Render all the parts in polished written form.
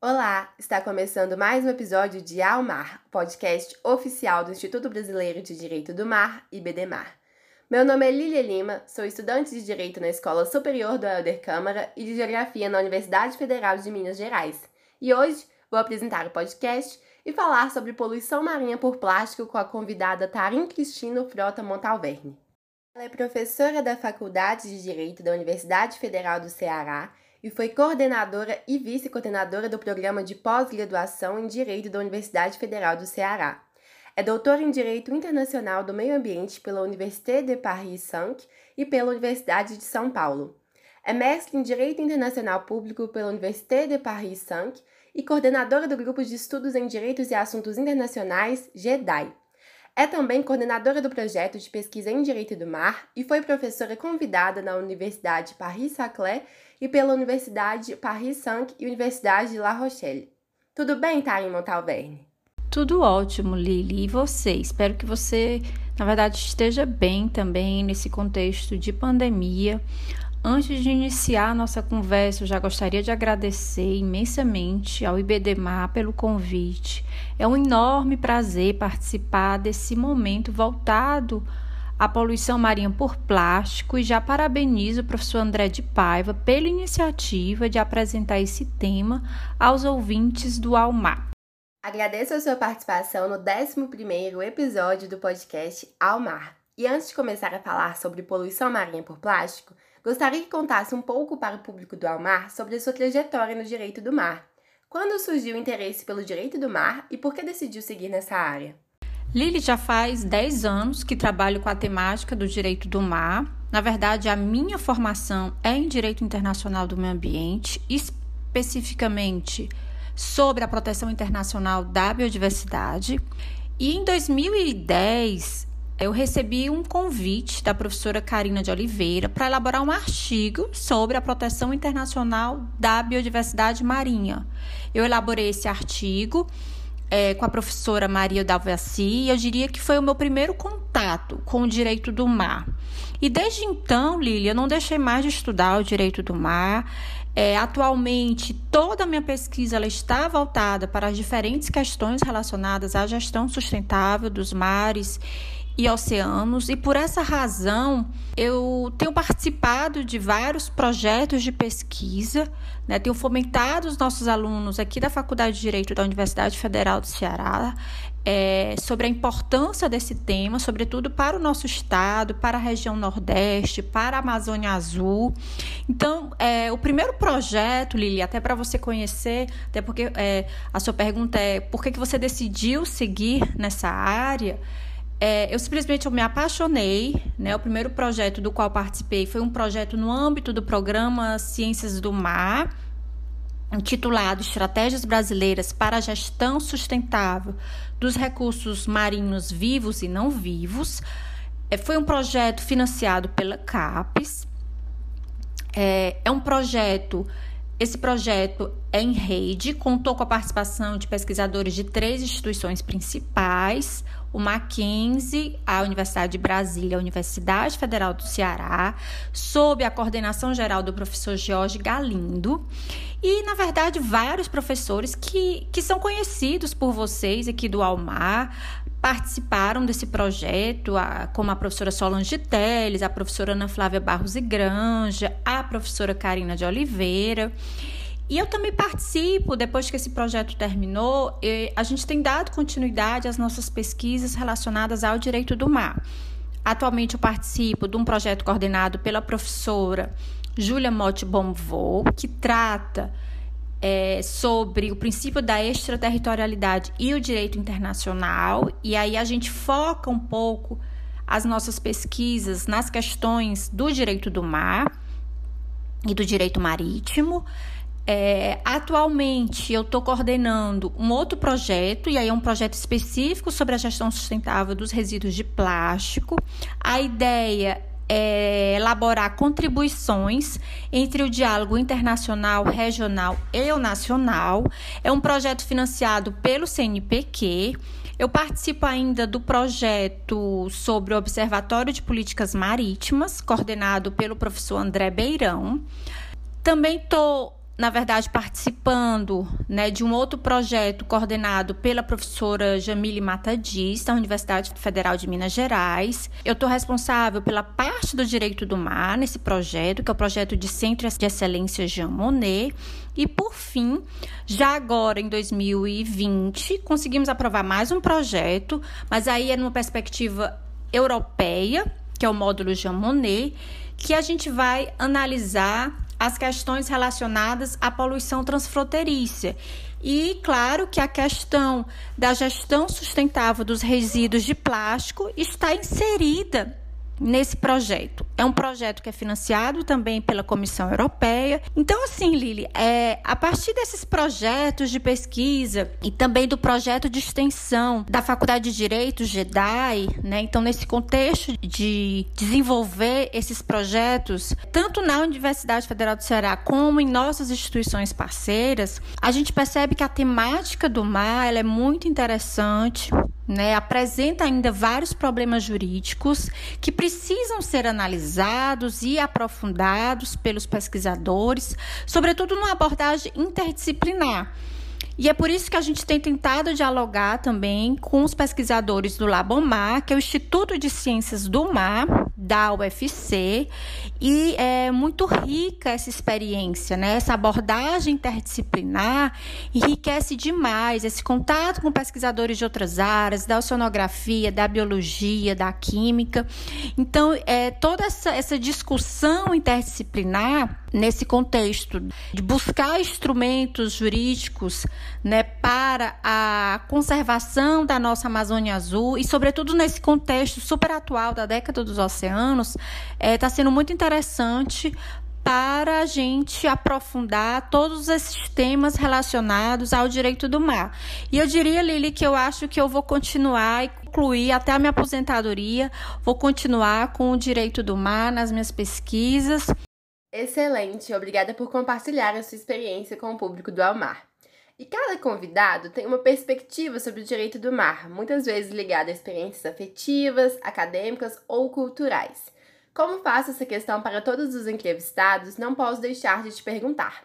Olá, está começando mais um episódio de Ao Mar, podcast oficial do Instituto Brasileiro de Direito do Mar, IBDMAR. Meu nome é Lília Lima, sou estudante de Direito na Escola Superior do Helder Câmara e de Geografia na Universidade Federal de Minas Gerais. E hoje vou apresentar o podcast e falar sobre poluição marinha por plástico com a convidada Taryn Cristino Frota Montalverne. Ela é professora da Faculdade de Direito da Universidade Federal do Ceará e foi coordenadora e vice-coordenadora do Programa de Pós-Graduação em Direito da Universidade Federal do Ceará. É doutora em Direito Internacional do Meio Ambiente pela Université de Paris 5 e pela Universidade de São Paulo. É mestre em Direito Internacional Público pela Université de Paris 5 e coordenadora do Grupo de Estudos em Direitos e Assuntos Internacionais, GEDAI. É também coordenadora do projeto de pesquisa em Direito do Mar e foi professora convidada na Universidade Paris-Saclay e pela Universidade Paris 5 e Universidade de La Rochelle. Tudo bem, Taryn Montalverne? Tudo ótimo, Lili. E você? Espero que você, na verdade, esteja bem também nesse contexto de pandemia. Antes de iniciar a nossa conversa, eu já gostaria de agradecer imensamente ao IBDMAR pelo convite. É um enorme prazer participar desse momento voltado à poluição marinha por plástico e já parabenizo o professor André de Paiva pela iniciativa de apresentar esse tema aos ouvintes do Ao Mar. Agradeço a sua participação no 11º episódio do podcast Ao Mar. E antes de começar a falar sobre poluição marinha por plástico, gostaria que contasse um pouco para o público do Ao Mar sobre a sua trajetória no direito do mar. Quando surgiu o interesse pelo direito do mar e por que decidiu seguir nessa área? Lili, já faz 10 anos que trabalho com a temática do direito do mar. Na verdade, a minha formação é em Direito Internacional do Meio Ambiente, especificamente sobre a proteção internacional da biodiversidade. E em 2010, eu recebi um convite da professora Karina de Oliveira para elaborar um artigo sobre a proteção internacional da biodiversidade marinha. Eu elaborei esse artigo com a professora Maria Dalvaci e eu diria que foi o meu primeiro contato com o direito do mar. E desde então, Lília, eu não deixei mais de estudar o direito do mar. Atualmente, toda a minha pesquisa ela está voltada para as diferentes questões relacionadas à gestão sustentável dos mares e oceanos, e por essa razão eu tenho participado de vários projetos de pesquisa, tenho fomentado os nossos alunos aqui da Faculdade de Direito da Universidade Federal do Ceará sobre a importância desse tema, sobretudo para o nosso estado, para a região Nordeste, para a Amazônia Azul. Então, o primeiro projeto, Lili, até para você conhecer, até porque a sua pergunta é por que você decidiu seguir nessa área. Eu simplesmente me apaixonei, O primeiro projeto do qual participei foi um projeto no âmbito do programa Ciências do Mar, intitulado Estratégias Brasileiras para a Gestão Sustentável dos Recursos Marinhos Vivos e Não Vivos. Foi um projeto financiado pela CAPES. Esse projeto é em rede, contou com a participação de pesquisadores de 3 instituições principais, o Mackenzie, a Universidade de Brasília, a Universidade Federal do Ceará, sob a coordenação geral do professor Jorge Galindo, e, na verdade, vários professores que são conhecidos por vocês aqui do Ao Mar, participaram desse projeto, como a professora Solange Teles, a professora Ana Flávia Barros e Granja, a professora Karina de Oliveira. E eu também participo, depois que esse projeto terminou, a gente tem dado continuidade às nossas pesquisas relacionadas ao direito do mar. Atualmente eu participo de um projeto coordenado pela professora Júlia Motti Bonvaux, que trata sobre o princípio da extraterritorialidade e o direito internacional, e aí a gente foca um pouco as nossas pesquisas nas questões do direito do mar e do direito marítimo. Atualmente eu estou coordenando um outro projeto, e aí é um projeto específico sobre a gestão sustentável dos resíduos de plástico. A ideia é elaborar contribuições entre o diálogo internacional, regional e o nacional. É um projeto financiado pelo CNPq. Eu participo ainda do projeto sobre o Observatório de Políticas Marítimas, coordenado pelo professor André Beirão. Também estou na verdade, participando, né, de um outro projeto coordenado pela professora Jamile Matadiz, da Universidade Federal de Minas Gerais. Eu estou responsável pela parte do direito do mar nesse projeto, que é o projeto de Centro de Excelência Jean Monnet. E, por fim, já agora em 2020, conseguimos aprovar mais um projeto, mas aí é numa perspectiva europeia, que é o módulo Jean Monnet, que a gente vai analisar as questões relacionadas à poluição transfronteiriça. E, claro, que a questão da gestão sustentável dos resíduos de plástico está inserida nesse projeto. É um projeto que é financiado também pela Comissão Europeia. Então, assim, Lili, a partir desses projetos de pesquisa e também do projeto de extensão da Faculdade de Direito, GEDAI, né? Então, nesse contexto de desenvolver esses projetos, tanto na Universidade Federal do Ceará como em nossas instituições parceiras, a gente percebe que a temática do mar ela é muito interessante, né? Apresenta ainda vários problemas jurídicos que precisam ser analisados e aprofundados pelos pesquisadores, sobretudo numa abordagem interdisciplinar. E é por isso que a gente tem tentado dialogar também com os pesquisadores do Labomar, que é o Instituto de Ciências do Mar, da UFC, e é muito rica essa experiência, né? Essa abordagem interdisciplinar enriquece demais esse contato com pesquisadores de outras áreas, da oceanografia, da biologia, da química. Então, toda essa discussão interdisciplinar nesse contexto de buscar instrumentos jurídicos, né, para a conservação da nossa Amazônia Azul e, sobretudo, nesse contexto super atual da década dos oceanos, está sendo muito interessante para a gente aprofundar todos esses temas relacionados ao direito do mar. E eu diria, Lili, que eu acho que eu vou continuar e concluir até a minha aposentadoria, vou continuar com o direito do mar nas minhas pesquisas. Excelente, obrigada por compartilhar a sua experiência com o público do Ao Mar. E cada convidado tem uma perspectiva sobre o direito do mar, muitas vezes ligada a experiências afetivas, acadêmicas ou culturais. Como faço essa questão para todos os entrevistados, não posso deixar de te perguntar.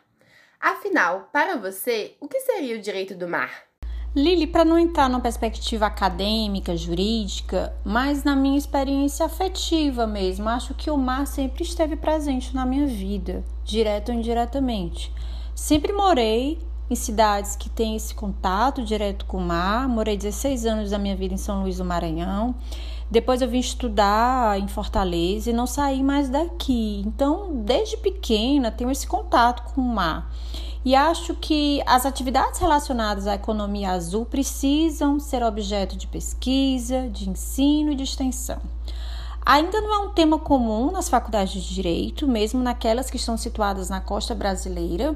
Afinal, para você, o que seria o direito do mar? Lili, para não entrar numa perspectiva acadêmica, jurídica, mas na minha experiência afetiva mesmo, acho que o mar sempre esteve presente na minha vida, direto ou indiretamente. Sempre morei em cidades que têm esse contato direto com o mar, morei 16 anos da minha vida em São Luís do Maranhão, depois eu vim estudar em Fortaleza e não saí mais daqui. Então, desde pequena, tenho esse contato com o mar. E acho que as atividades relacionadas à economia azul precisam ser objeto de pesquisa, de ensino e de extensão. Ainda não é um tema comum nas faculdades de Direito, mesmo naquelas que estão situadas na costa brasileira.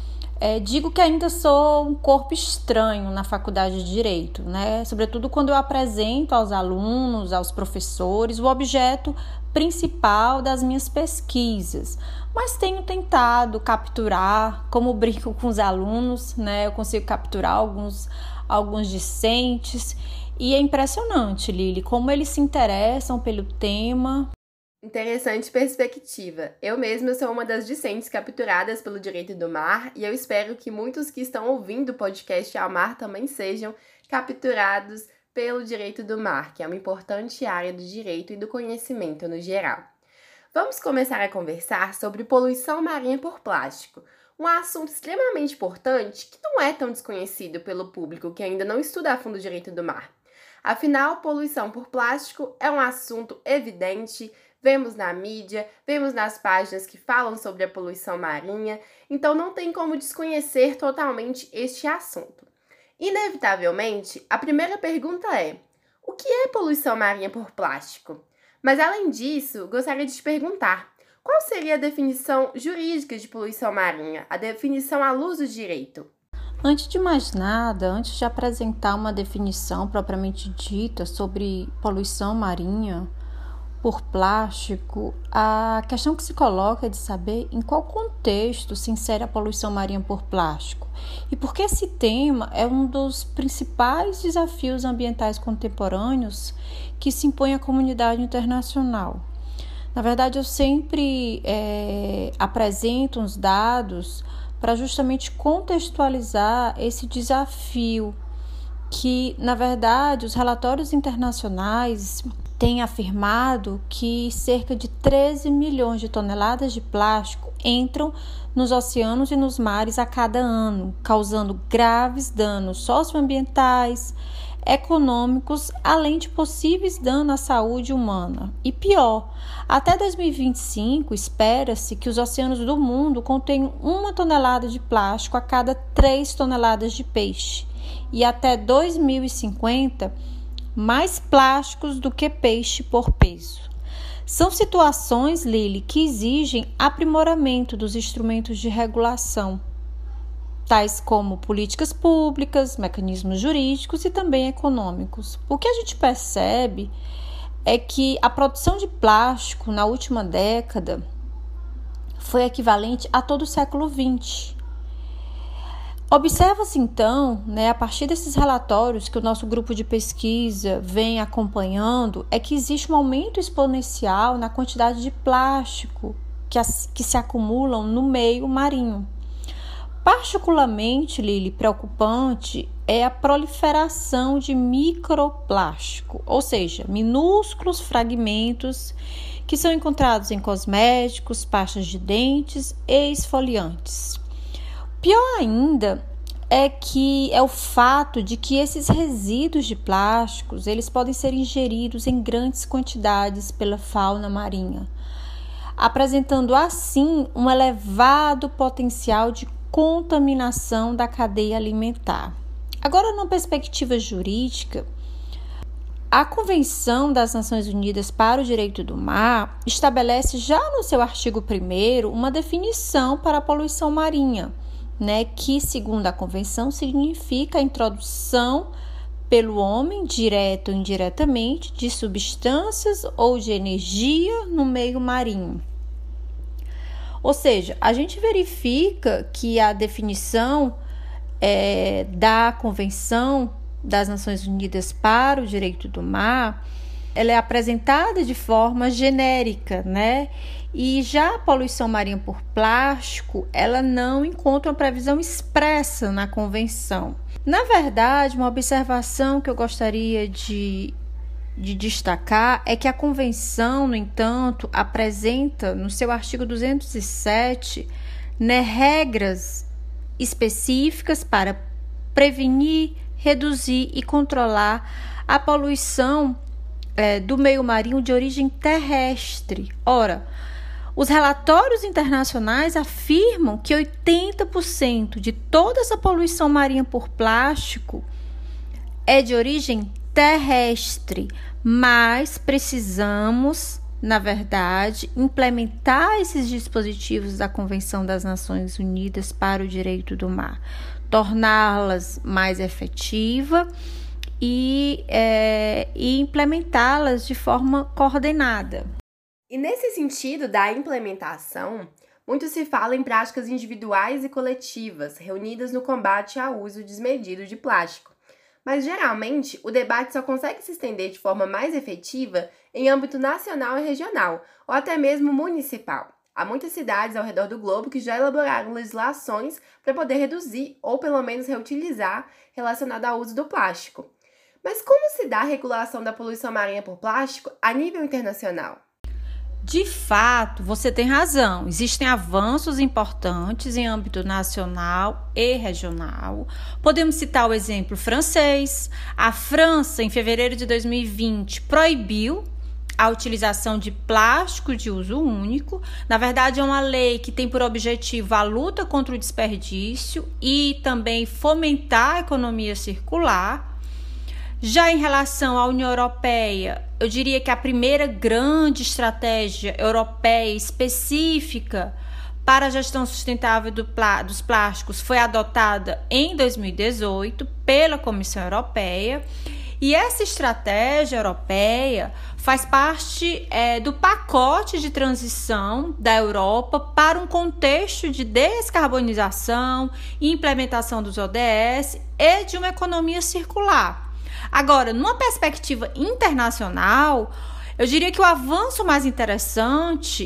Digo que ainda sou um corpo estranho na faculdade de Direito, né? Sobretudo quando eu apresento aos alunos, aos professores, o objeto principal das minhas pesquisas. Mas tenho tentado capturar, como brinco com os alunos, né? Eu consigo capturar alguns discentes e é impressionante, Lili, como eles se interessam pelo tema. Interessante perspectiva. Eu mesma sou uma das discentes capturadas pelo direito do mar e eu espero que muitos que estão ouvindo o podcast Ao Mar também sejam capturados pelo direito do mar, que é uma importante área do direito e do conhecimento no geral. Vamos começar a conversar sobre poluição marinha por plástico, um assunto extremamente importante que não é tão desconhecido pelo público que ainda não estuda a fundo o direito do mar. Afinal, poluição por plástico é um assunto evidente. Vemos na mídia, vemos nas páginas que falam sobre a poluição marinha, então não tem como desconhecer totalmente este assunto. Inevitavelmente, a primeira pergunta é: o que é poluição marinha por plástico? Mas além disso, gostaria de te perguntar, qual seria a definição jurídica de poluição marinha, a definição à luz do direito? Antes de mais nada, antes de apresentar uma definição propriamente dita sobre poluição marinha por plástico, a questão que se coloca é de saber em qual contexto se insere a poluição marinha por plástico e por que esse tema é um dos principais desafios ambientais contemporâneos que se impõe à comunidade internacional. Na verdade, eu sempre apresento uns dados para justamente contextualizar esse desafio que, na verdade, os relatórios internacionais têm afirmado que cerca de 13 milhões de toneladas de plástico entram nos oceanos e nos mares a cada ano, causando graves danos socioambientais, econômicos, além de possíveis danos à saúde humana. E pior, até 2025, espera-se que os oceanos do mundo contenham 1 tonelada de plástico a cada 3 toneladas de peixe. E até 2050, mais plásticos do que peixe por peso. São situações, Lili, que exigem aprimoramento dos instrumentos de regulação, tais como políticas públicas, mecanismos jurídicos e também econômicos. O que a gente percebe é que a produção de plástico na última década foi equivalente a todo o século XX. Observa-se então, a partir desses relatórios que o nosso grupo de pesquisa vem acompanhando, é que existe um aumento exponencial na quantidade de plástico que se acumulam no meio marinho. Particularmente, Lili, preocupante é a proliferação de microplástico, ou seja, minúsculos fragmentos que são encontrados em cosméticos, pastas de dentes e esfoliantes. Pior ainda é o fato de que esses resíduos de plásticos, eles podem ser ingeridos em grandes quantidades pela fauna marinha, apresentando assim um elevado potencial de contaminação da cadeia alimentar. Agora, numa perspectiva jurídica, a Convenção das Nações Unidas para o Direito do Mar estabelece já no seu artigo 1º uma definição para a poluição marinha, que, segundo a Convenção, significa a introdução pelo homem, direto ou indiretamente, de substâncias ou de energia no meio marinho. Ou seja, a gente verifica que a definição da Convenção das Nações Unidas para o Direito do Mar, ela é apresentada de forma genérica, E já a poluição marinha por plástico, ela não encontra uma previsão expressa na Convenção. Na verdade, uma observação que eu gostaria de destacar é que a Convenção, no entanto, apresenta no seu artigo 207 regras específicas para prevenir, reduzir e controlar a poluição do meio marinho de origem terrestre. Ora, os relatórios internacionais afirmam que 80% de toda essa poluição marinha por plástico é de origem terrestre, mas precisamos, na verdade, implementar esses dispositivos da Convenção das Nações Unidas para o Direito do Mar, torná-las mais efetivas e implementá-las de forma coordenada. E nesse sentido da implementação, muito se fala em práticas individuais e coletivas, reunidas no combate ao uso desmedido de plástico. Mas, geralmente, o debate só consegue se estender de forma mais efetiva em âmbito nacional e regional, ou até mesmo municipal. Há muitas cidades ao redor do globo que já elaboraram legislações para poder reduzir ou, pelo menos, reutilizar relacionado ao uso do plástico. Mas como se dá a regulação da poluição marinha por plástico a nível internacional? De fato, você tem razão. Existem avanços importantes em âmbito nacional e regional. Podemos citar o exemplo francês. A França, em fevereiro de 2020, proibiu a utilização de plástico de uso único. Na verdade, é uma lei que tem por objetivo a luta contra o desperdício e também fomentar a economia circular. Já em relação à União Europeia, eu diria que a primeira grande estratégia europeia específica para a gestão sustentável dos plásticos foi adotada em 2018 pela Comissão Europeia. E essa estratégia europeia faz parte do pacote de transição da Europa para um contexto de descarbonização e implementação dos ODS e de uma economia circular. Agora, numa perspectiva internacional, eu diria que o avanço mais interessante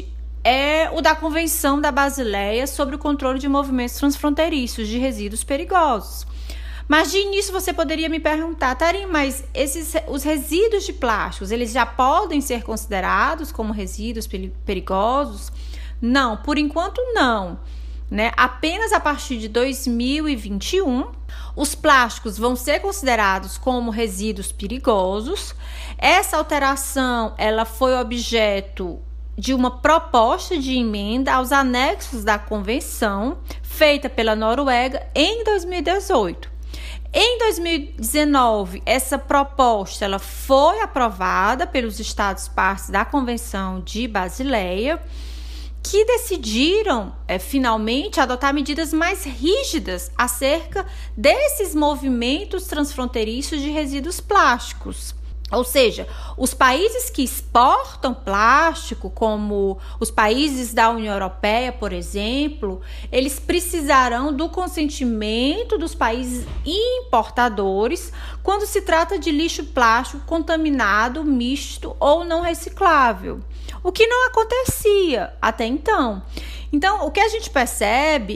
é o da Convenção da Basileia sobre o controle de movimentos transfronteiriços de resíduos perigosos. Mas de início você poderia me perguntar, Tarim, mas os resíduos de plásticos, eles já podem ser considerados como resíduos perigosos? Não, por enquanto não, né? Apenas a partir de 2021, os plásticos vão ser considerados como resíduos perigosos. Essa alteração, ela foi objeto de uma proposta de emenda aos anexos da convenção, feita pela Noruega em 2018. Em 2019, essa proposta ela foi aprovada pelos Estados partes da Convenção de Basileia, que decidiram, finalmente, adotar medidas mais rígidas acerca desses movimentos transfronteiriços de resíduos plásticos. Ou seja, os países que exportam plástico, como os países da União Europeia, por exemplo, eles precisarão do consentimento dos países importadores quando se trata de lixo plástico contaminado, misto ou não reciclável, o que não acontecia até então. Então, o que a gente percebe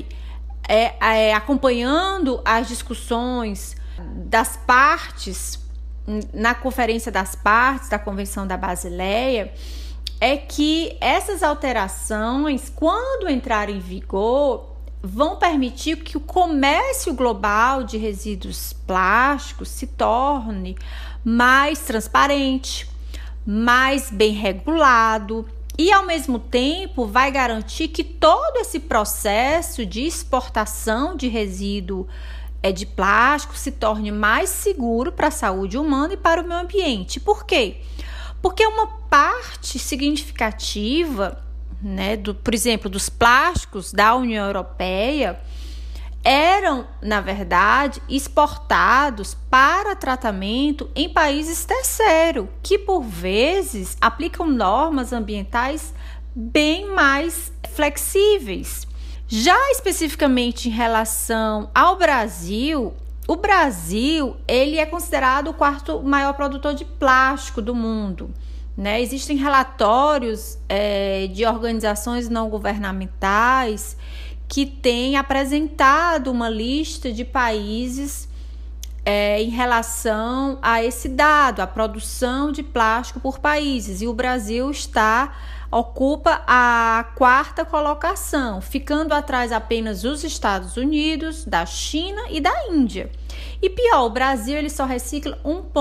acompanhando as discussões das partes na Conferência das Partes da Convenção da Basileia, é que essas alterações, quando entrarem em vigor, vão permitir que o comércio global de resíduos plásticos se torne mais transparente, mais bem regulado e, ao mesmo tempo, vai garantir que todo esse processo de exportação de resíduo de plástico se torne mais seguro para a saúde humana e para o meio ambiente. Por quê? Porque uma parte significativa, né, por exemplo, dos plásticos da União Europeia eram, na verdade, exportados para tratamento em países terceiros, que por vezes aplicam normas ambientais bem mais flexíveis. Já especificamente em relação ao Brasil, o Brasil ele é considerado o quarto maior produtor de plástico do mundo, né? Existem relatórios de organizações não governamentais que têm apresentado uma lista de países em relação a esse dado, a produção de plástico por países, e o Brasil ocupa a 4ª colocação, ficando atrás apenas dos Estados Unidos, da China e da Índia. E pior, o Brasil ele só recicla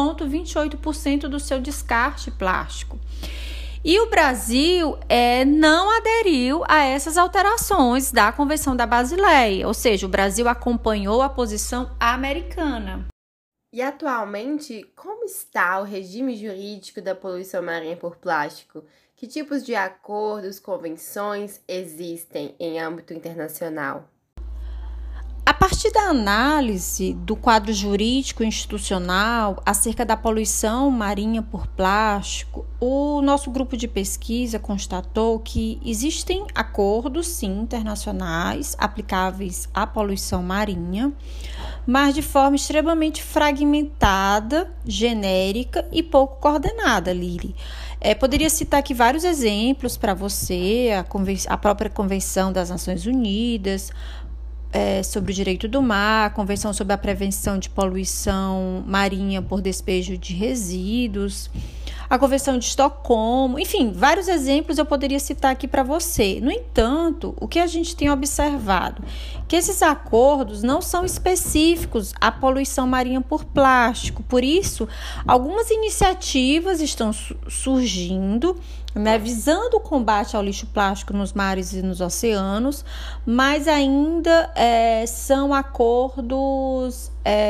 1,28% do seu descarte plástico. E o Brasil não aderiu a essas alterações da Convenção da Basileia, ou seja, o Brasil acompanhou a posição americana. E atualmente, como está o regime jurídico da poluição marinha por plástico? Que tipos de acordos, convenções existem em âmbito internacional? A partir da análise do quadro jurídico institucional acerca da poluição marinha por plástico, o nosso grupo de pesquisa constatou que existem acordos, sim, internacionais aplicáveis à poluição marinha, mas de forma extremamente fragmentada, genérica e pouco coordenada, Lili. Poderia citar aqui vários exemplos para você, a própria Convenção das Nações Unidas sobre o direito do mar, a Convenção sobre a prevenção de poluição marinha por despejo de resíduos, a Convenção de Estocolmo, enfim, vários exemplos eu poderia citar aqui para você. No entanto, o que a gente tem observado? Que esses acordos não são específicos à poluição marinha por plástico, por isso, algumas iniciativas estão surgindo, né, visando o combate ao lixo plástico nos mares e nos oceanos, mas ainda são acordos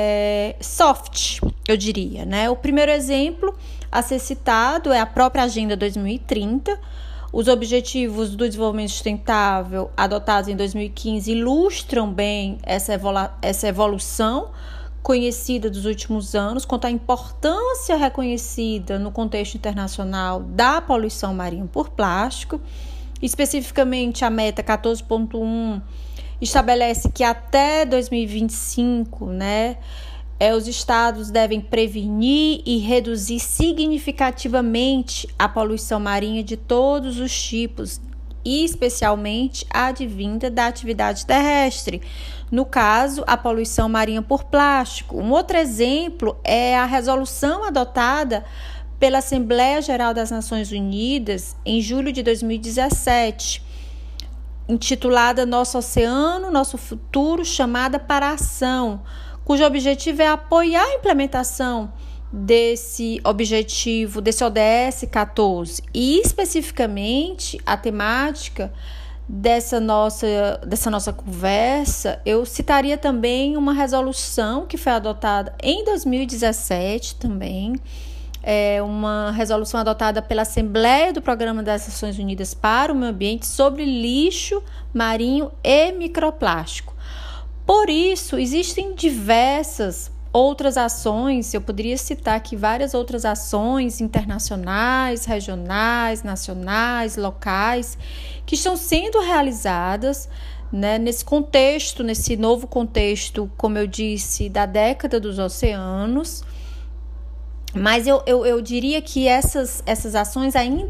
soft, eu diria, né? O primeiro exemplo a ser citado é a própria Agenda 2030. Os Objetivos do Desenvolvimento Sustentável, adotados em 2015, ilustram bem essa evolução conhecida dos últimos anos, quanto à importância reconhecida no contexto internacional da poluição marinha por plástico. Especificamente, a meta 14.1 estabelece que até 2025, né, os estados devem prevenir e reduzir significativamente a poluição marinha de todos os tipos e especialmente a advinda da atividade terrestre. No caso, a poluição marinha por plástico. Um outro exemplo é a resolução adotada pela Assembleia Geral das Nações Unidas em julho de 2017, intitulada Nosso Oceano, Nosso Futuro, chamada para a ação, cujo objetivo é apoiar a implementação desse objetivo, desse ODS 14, e especificamente a temática dessa nossa conversa, eu citaria também uma resolução que foi adotada em 2017 também, uma resolução adotada pela Assembleia do Programa das Nações Unidas para o Meio Ambiente sobre lixo marinho e microplástico. Por isso, existem diversas outras ações, eu poderia citar aqui várias outras ações internacionais, regionais, nacionais, locais, que estão sendo realizadas, né, nesse contexto, nesse novo contexto, como eu disse, da década dos oceanos. Mas eu diria que essas ações ainda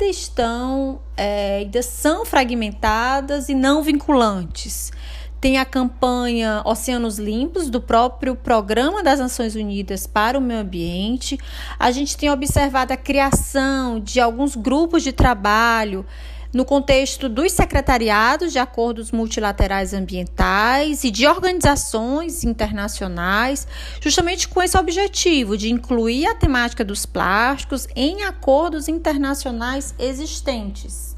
são fragmentadas e não vinculantes. Tem a campanha Oceanos Limpos, do próprio Programa das Nações Unidas para o Meio Ambiente. A gente tem observado a criação de alguns grupos de trabalho no contexto dos secretariados de acordos multilaterais ambientais e de organizações internacionais, justamente com esse objetivo de incluir a temática dos plásticos em acordos internacionais existentes.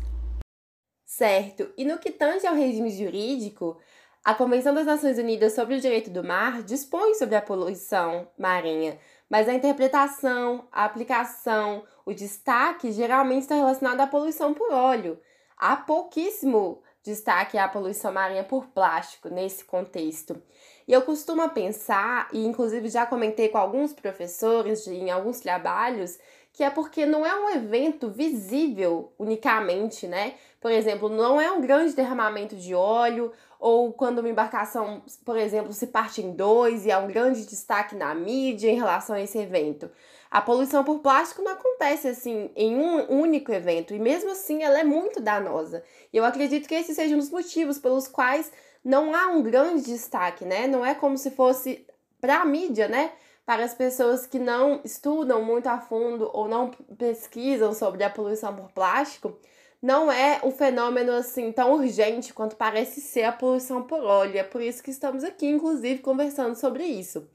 Certo. E no que tange ao regime jurídico, a Convenção das Nações Unidas sobre o Direito do Mar dispõe sobre a poluição marinha, mas a interpretação, a aplicação, o destaque geralmente está relacionado à poluição por óleo. Há pouquíssimo destaque à poluição marinha por plástico nesse contexto. E eu costumo pensar, e inclusive já comentei com alguns professores em alguns trabalhos, que é porque não é um evento visível unicamente, né? Por exemplo, não é um grande derramamento de óleo, ou quando uma embarcação, por exemplo, se parte em dois e há um grande destaque na mídia em relação a esse evento. A poluição por plástico não acontece assim em um único evento, e mesmo assim ela é muito danosa. E eu acredito que esse seja um dos motivos pelos quais não há um grande destaque, né? Não é como se fosse para a mídia, né? Para as pessoas que não estudam muito a fundo ou não pesquisam sobre a poluição por plástico, não é um fenômeno assim tão urgente quanto parece ser a poluição por óleo. É por isso que estamos aqui, inclusive, conversando sobre isso.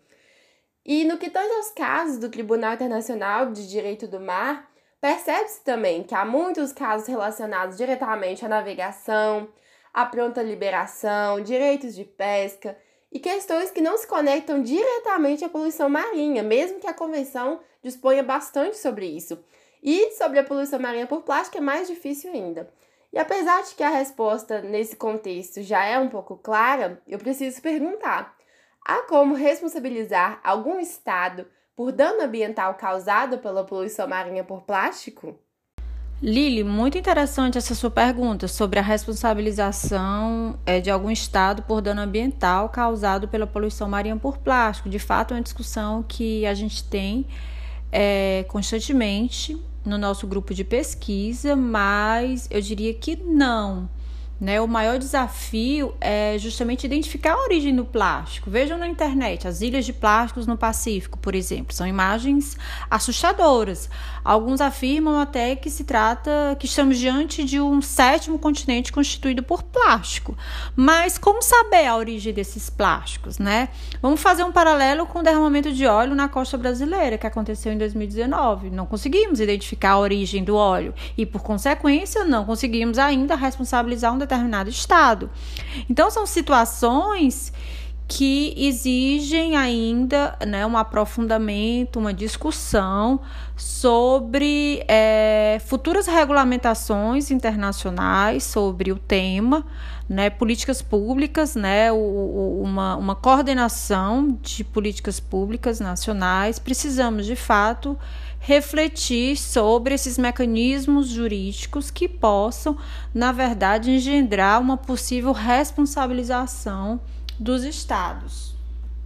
E no que tange aos casos do Tribunal Internacional de Direito do Mar, percebe-se também que há muitos casos relacionados diretamente à navegação, à pronta liberação, direitos de pesca e questões que não se conectam diretamente à poluição marinha, mesmo que a Convenção disponha bastante sobre isso. E sobre a poluição marinha por plástico é mais difícil ainda. E apesar de que a resposta nesse contexto já é um pouco clara, eu preciso perguntar: há como responsabilizar algum estado por dano ambiental causado pela poluição marinha por plástico? Lili, muito interessante essa sua pergunta sobre a responsabilização de algum estado por dano ambiental causado pela poluição marinha por plástico. De fato, é uma discussão que a gente tem constantemente no nosso grupo de pesquisa, mas eu diria que não. Né? O maior desafio é justamente identificar a origem do plástico. Vejam na internet, as ilhas de plásticos no Pacífico, por exemplo, são imagens assustadoras. Alguns afirmam até que estamos diante de um sétimo continente constituído por plástico. Mas como saber a origem desses plásticos, né? Vamos fazer um paralelo com o derramamento de óleo na costa brasileira, que aconteceu em 2019. Não conseguimos identificar a origem do óleo e, por consequência, não conseguimos ainda responsabilizar um determinado estado. Então, são situações que exigem ainda, né, um aprofundamento, uma discussão sobre futuras regulamentações internacionais sobre o tema, né, políticas públicas, né, uma coordenação de políticas públicas nacionais. Precisamos, de fato, refletir sobre esses mecanismos jurídicos que possam, na verdade, engendrar uma possível responsabilização dos estados.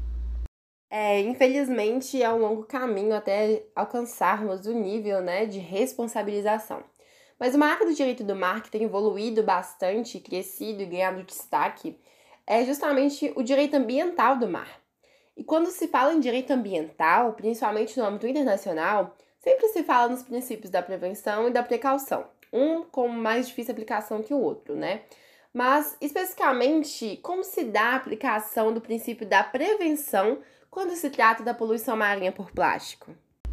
Infelizmente, é um longo caminho até alcançarmos o nível, né, de responsabilização. Mas uma área do direito do mar que tem evoluído bastante, crescido e ganhado destaque é justamente o direito ambiental do mar. E quando se fala em direito ambiental, principalmente no âmbito internacional, sempre se fala nos princípios da prevenção e da precaução, um com mais difícil aplicação que o outro, né? Mas, especificamente, como se dá a aplicação do princípio da prevenção quando se trata da poluição marinha por plástico?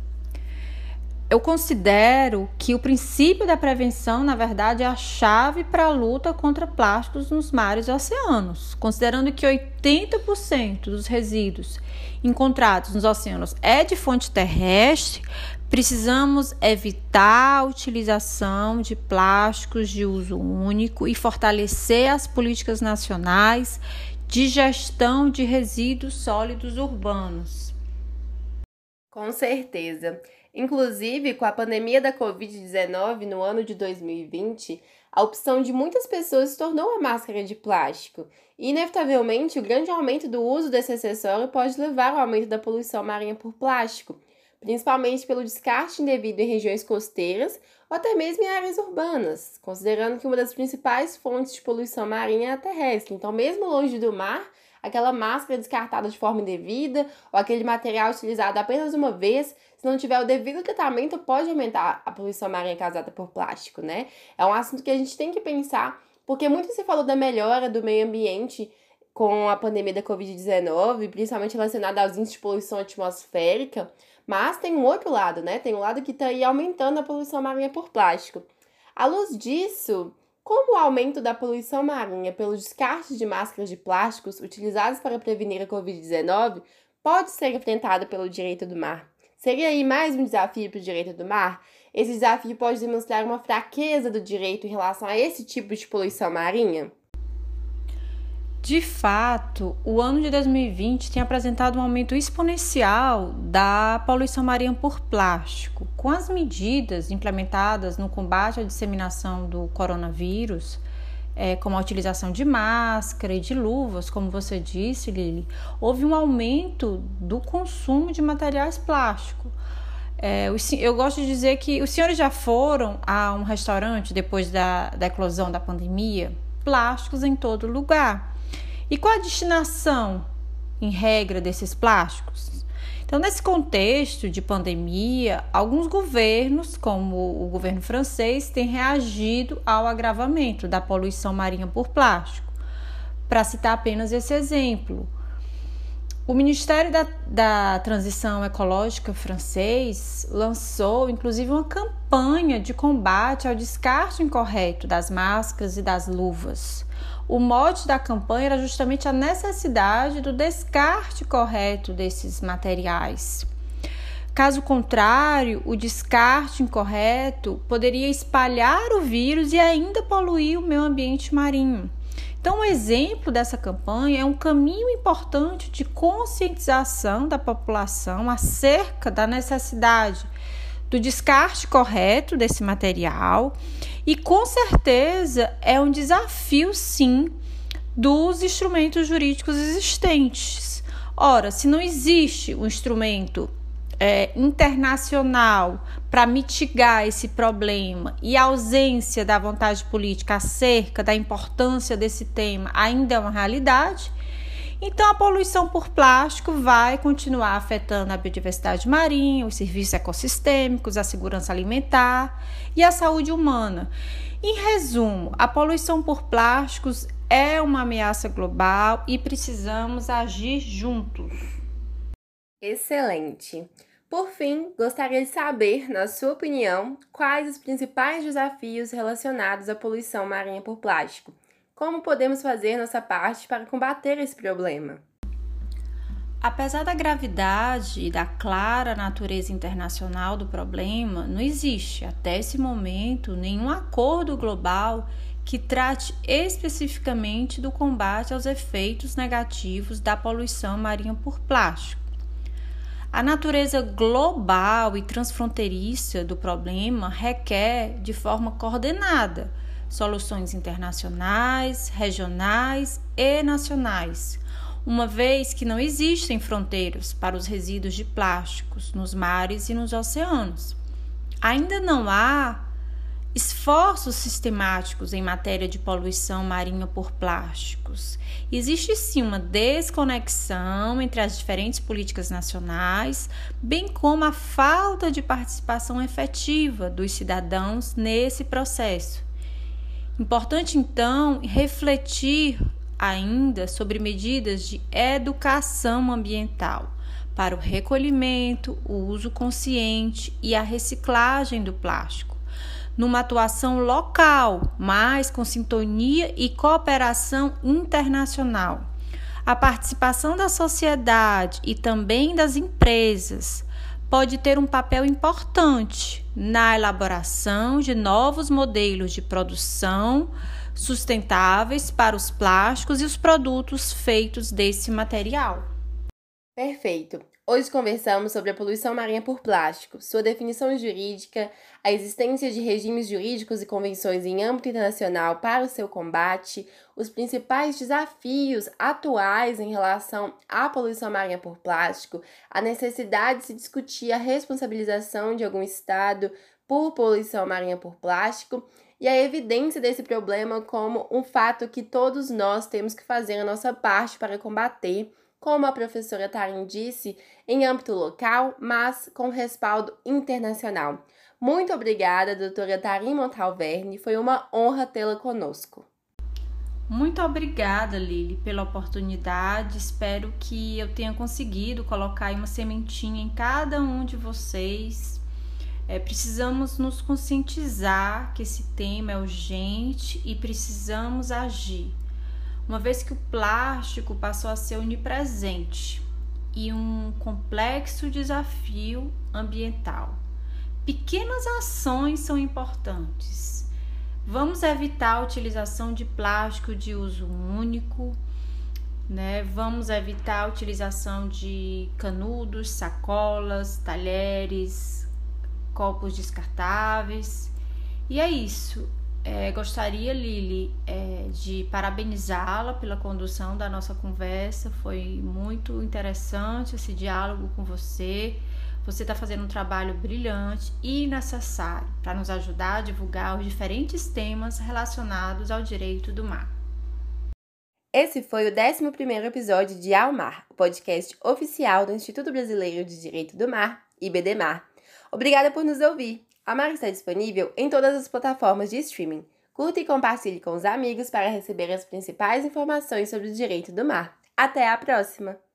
Eu considero que o princípio da prevenção, na verdade, é a chave para a luta contra plásticos nos mares e oceanos. Considerando que 80% dos resíduos encontrados nos oceanos é de fonte terrestre, precisamos evitar a utilização de plásticos de uso único e fortalecer as políticas nacionais de gestão de resíduos sólidos urbanos. Com certeza. Inclusive, com a pandemia da Covid-19 no ano de 2020, a opção de muitas pessoas se tornou a máscara de plástico. E, inevitavelmente, o grande aumento do uso desse acessório pode levar ao aumento da poluição marinha por plástico, principalmente pelo descarte indevido em regiões costeiras ou até mesmo em áreas urbanas, considerando que uma das principais fontes de poluição marinha é a terrestre. Então, mesmo longe do mar, aquela máscara descartada de forma indevida ou aquele material utilizado apenas uma vez, se não tiver o devido tratamento, pode aumentar a poluição marinha causada por plástico, né? É um assunto que a gente tem que pensar, porque muito se falou da melhora do meio ambiente com a pandemia da Covid-19, principalmente relacionada aos índices de poluição atmosférica, mas tem um outro lado, né? Tem um lado que está aí aumentando a poluição marinha por plástico. À luz disso, como o aumento da poluição marinha pelo descarte de máscaras de plásticos utilizadas para prevenir a Covid-19 pode ser enfrentado pelo direito do mar? Seria aí mais um desafio para o direito do mar? Esse desafio pode demonstrar uma fraqueza do direito em relação a esse tipo de poluição marinha? De fato, o ano de 2020 tem apresentado um aumento exponencial da poluição marinha por plástico. Com as medidas implementadas no combate à disseminação do coronavírus, como a utilização de máscara e de luvas, como você disse, Lili, houve um aumento do consumo de materiais plásticos. Eu gosto de dizer que os senhores já foram a um restaurante depois da eclosão da pandemia? Plásticos em todo lugar. E qual a destinação, em regra, desses plásticos? Então, nesse contexto de pandemia, alguns governos, como o governo francês, têm reagido ao agravamento da poluição marinha por plástico. Para citar apenas esse exemplo, o Ministério da Transição Ecológica francês lançou, inclusive, uma campanha de combate ao descarte incorreto das máscaras e das luvas. O mote da campanha era justamente a necessidade do descarte correto desses materiais. Caso contrário, o descarte incorreto poderia espalhar o vírus e ainda poluir o meio ambiente marinho. Então, um exemplo dessa campanha é um caminho importante de conscientização da população acerca da necessidade do descarte correto desse material e, com certeza, é um desafio, sim, dos instrumentos jurídicos existentes. Ora, se não existe um instrumento internacional para mitigar esse problema e a ausência da vontade política acerca da importância desse tema ainda é uma realidade, então a poluição por plástico vai continuar afetando a biodiversidade marinha, os serviços ecossistêmicos, a segurança alimentar e a saúde humana. Em resumo, a poluição por plásticos é uma ameaça global e precisamos agir juntos. Excelente! Por fim, gostaria de saber, na sua opinião, quais os principais desafios relacionados à poluição marinha por plástico. Como podemos fazer nossa parte para combater esse problema? Apesar da gravidade e da clara natureza internacional do problema, não existe, até esse momento, nenhum acordo global que trate especificamente do combate aos efeitos negativos da poluição marinha por plástico. A natureza global e transfronteiriça do problema requer, de forma coordenada, soluções internacionais, regionais e nacionais, uma vez que não existem fronteiras para os resíduos de plásticos nos mares e nos oceanos. Ainda não há esforços sistemáticos em matéria de poluição marinha por plásticos. Existe sim uma desconexão entre as diferentes políticas nacionais, bem como a falta de participação efetiva dos cidadãos nesse processo. Importante, então, refletir ainda sobre medidas de educação ambiental para o recolhimento, o uso consciente e a reciclagem do plástico, numa atuação local, mas com sintonia e cooperação internacional. A participação da sociedade e também das empresas pode ter um papel importante na elaboração de novos modelos de produção sustentáveis para os plásticos e os produtos feitos desse material. Perfeito! Hoje conversamos sobre a poluição marinha por plástico, sua definição jurídica, a existência de regimes jurídicos e convenções em âmbito internacional para o seu combate, os principais desafios atuais em relação à poluição marinha por plástico, a necessidade de se discutir a responsabilização de algum estado por poluição marinha por plástico e a evidência desse problema como um fato que todos nós temos que fazer a nossa parte para combater, como a professora Tarim disse, em âmbito local, mas com respaldo internacional. Muito obrigada, doutora Tarim Montalverne, foi uma honra tê-la conosco. Muito obrigada, Lili, pela oportunidade. Espero que eu tenha conseguido colocar uma sementinha em cada um de vocês. Precisamos nos conscientizar que esse tema é urgente e precisamos agir. Uma vez que o plástico passou a ser onipresente e um complexo desafio ambiental. Pequenas ações são importantes. Vamos evitar a utilização de plástico de uso único, Vamos evitar a utilização de canudos, sacolas, talheres, copos descartáveis. E é isso. Gostaria, Lili, de parabenizá-la pela condução da nossa conversa. Foi muito interessante esse diálogo com você. Você está fazendo um trabalho brilhante e necessário para nos ajudar a divulgar os diferentes temas relacionados ao direito do mar. Esse foi o 11º episódio de Ao Mar, o podcast oficial do Instituto Brasileiro de Direito do Mar, IBDMAR. Obrigada por nos ouvir. A Mar está disponível em todas as plataformas de streaming. Curta e compartilhe com os amigos para receber as principais informações sobre o direito do mar. Até a próxima!